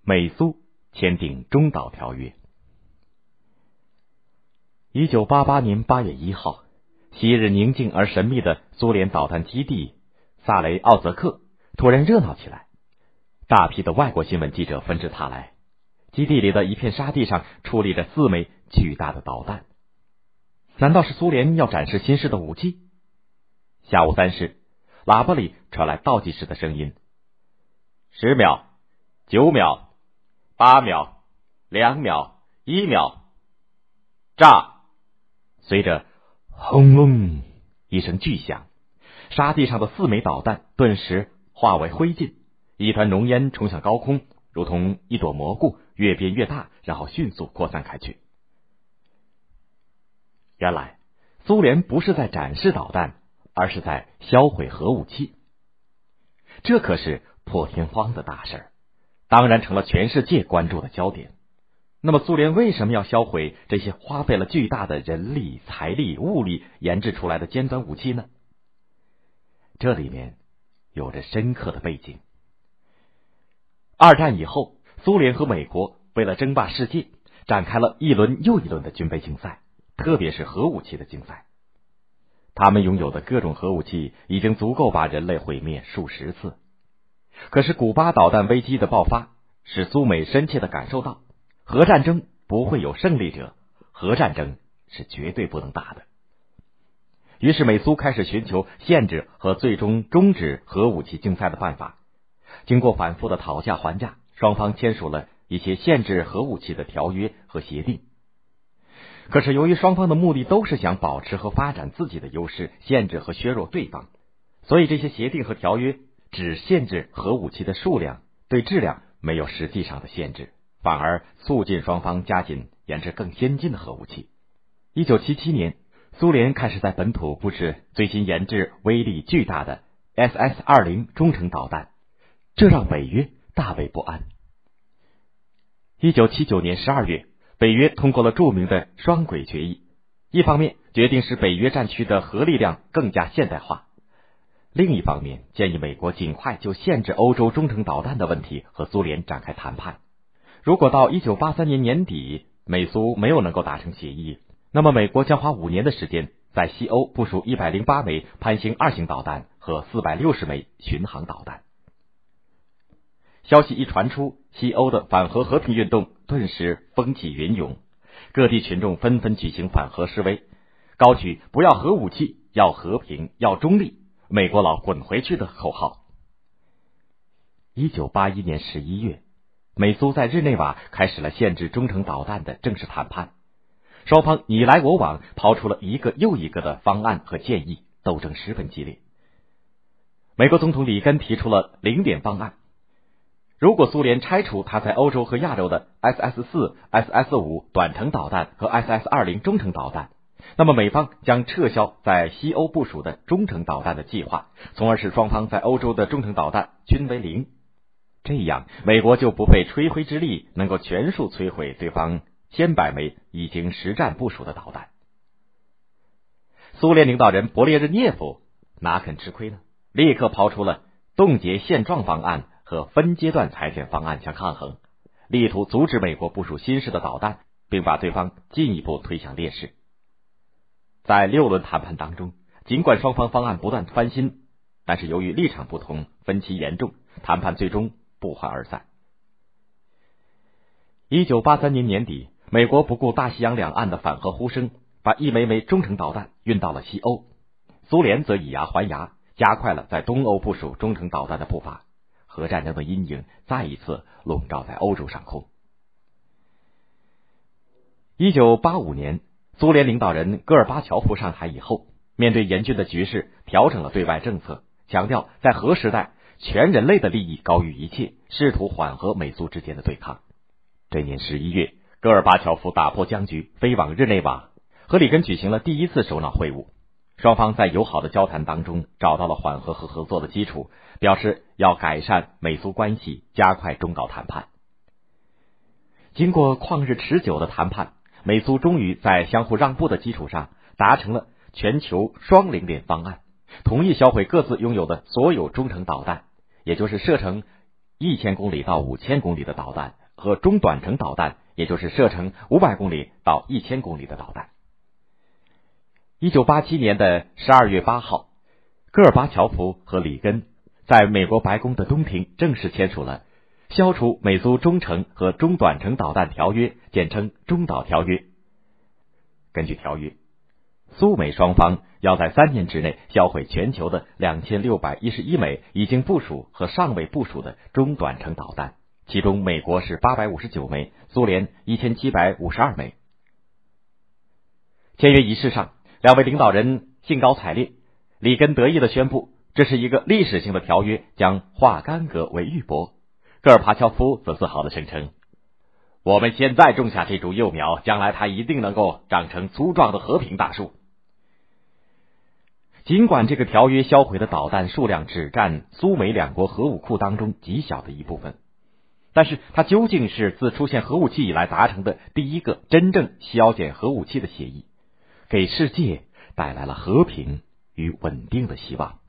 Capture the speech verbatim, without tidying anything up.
美苏签订中导条约。一九八八年八月一号，昔日宁静而神秘的苏联导弹基地萨雷奥泽克突然热闹起来，大批的外国新闻记者纷至沓来。基地里的一片沙地上矗立着四枚巨大的导弹，难道是苏联要展示新式的武器？下午三时，喇叭里传来倒计时的声音：十秒、九秒、八秒、两秒、一秒，炸！随着轰隆一声巨响，沙地上的四枚导弹顿时化为灰烬，一团浓烟冲向高空，如同一朵蘑菇，越变越大，然后迅速扩散开去。原来苏联不是在展示导弹，而是在销毁核武器。这可是破天荒的大事，当然成了全世界关注的焦点。那么苏联为什么要销毁这些花费了巨大的人力、财力、物力研制出来的尖端武器呢？这里面有着深刻的背景。二战以后，苏联和美国为了争霸世界，展开了一轮又一轮的军备竞赛，特别是核武器的竞赛。他们拥有的各种核武器已经足够把人类毁灭数十次。可是古巴导弹危机的爆发，使苏美深切地感受到，核战争不会有胜利者，核战争是绝对不能打的。于是美苏开始寻求限制和最终终止核武器竞赛的办法。经过反复的讨价还价，双方签署了一些限制核武器的条约和协定。可是由于双方的目的都是想保持和发展自己的优势，限制和削弱对方，所以这些协定和条约只限制核武器的数量，对质量没有实际上的限制，反而促进双方加紧研制更先进的核武器。一九七七年，苏联开始在本土布置最新研制威力巨大的 S S 二十 中程导弹，这让北约大为不安。一九七九年十二月，北约通过了著名的双轨决议，一方面决定使北约战区的核力量更加现代化，另一方面建议美国尽快就限制欧洲中程导弹的问题和苏联展开谈判。如果到一九八三年年底美苏没有能够达成协议，那么美国将花五年的时间在西欧部署一百零八枚潘兴二型导弹和四百六十枚巡航导弹。消息一传出，西欧的反核和平运动顿时风起云涌，各地群众纷纷举行反核示威，高举不要核武器，要和平，要中立，美国佬滚回去的口号。一九八一年十一月，美苏在日内瓦开始了限制中程导弹的正式谈判，双方你来我往，抛出了一个又一个的方案和建议，斗争十分激烈。美国总统里根提出了零点方案，如果苏联拆除他在欧洲和亚洲的 S S 四、S S 五 短程导弹和 S S 二十 中程导弹，那么美方将撤销在西欧部署的中程导弹的计划，从而使双方在欧洲的中程导弹均为零。这样美国就不费吹灰之力能够全数摧毁对方千百枚已经实战部署的导弹。苏联领导人勃列日涅夫哪肯吃亏呢？立刻抛出了冻结现状方案和分阶段裁减方案相抗衡，力图阻止美国部署新式的导弹，并把对方进一步推向劣势。在六轮谈判当中，尽管双方方案不断翻新，但是由于立场不同，分歧严重，谈判最终不欢而散。一九八三年年底，美国不顾大西洋两岸的反核呼声，把一枚枚中程导弹运到了西欧，苏联则以牙还牙，加快了在东欧部署中程导弹的步伐。核战争的阴影再一次笼罩在欧洲上空。一九八五年，苏联领导人戈尔巴乔夫上台以后，面对严峻的局势，调整了对外政策，强调在核时代，全人类的利益高于一切，试图缓和美苏之间的对抗。这年十一月，戈尔巴乔夫打破僵局，飞往日内瓦，和里根举行了第一次首脑会晤。双方在友好的交谈当中找到了缓和和合作的基础，表示要改善美苏关系，加快中导谈判。经过旷日持久的谈判，美苏终于在相互让步的基础上达成了全球双零点方案，同意销毁各自拥有的所有中程导弹，也就是射程一千公里到五千公里的导弹和中短程导弹，也就是射程五百公里到一千公里的导弹。一九八七年的十二月八号，戈尔巴乔夫和里根在美国白宫的东庭正式签署了消除美苏中程和中短程导弹条约，简称中导条约。根据条约，苏美双方要在三年之内销毁全球的两千六百一十一枚已经部署和尚未部署的中短程导弹，其中美国是八百五十九枚，苏联一千七百五十二枚。签约仪式上，两位领导人兴高采烈，里根得意地宣布，这是一个历史性的条约，将化干戈为玉帛。戈尔巴乔夫则自豪地声称，我们现在种下这株幼苗，将来它一定能够长成粗壮的和平大树。尽管这个条约销毁的导弹数量只占苏美两国核武库当中极小的一部分，但是它究竟是自出现核武器以来达成的第一个真正削减核武器的协议，给世界带来了和平与稳定的希望。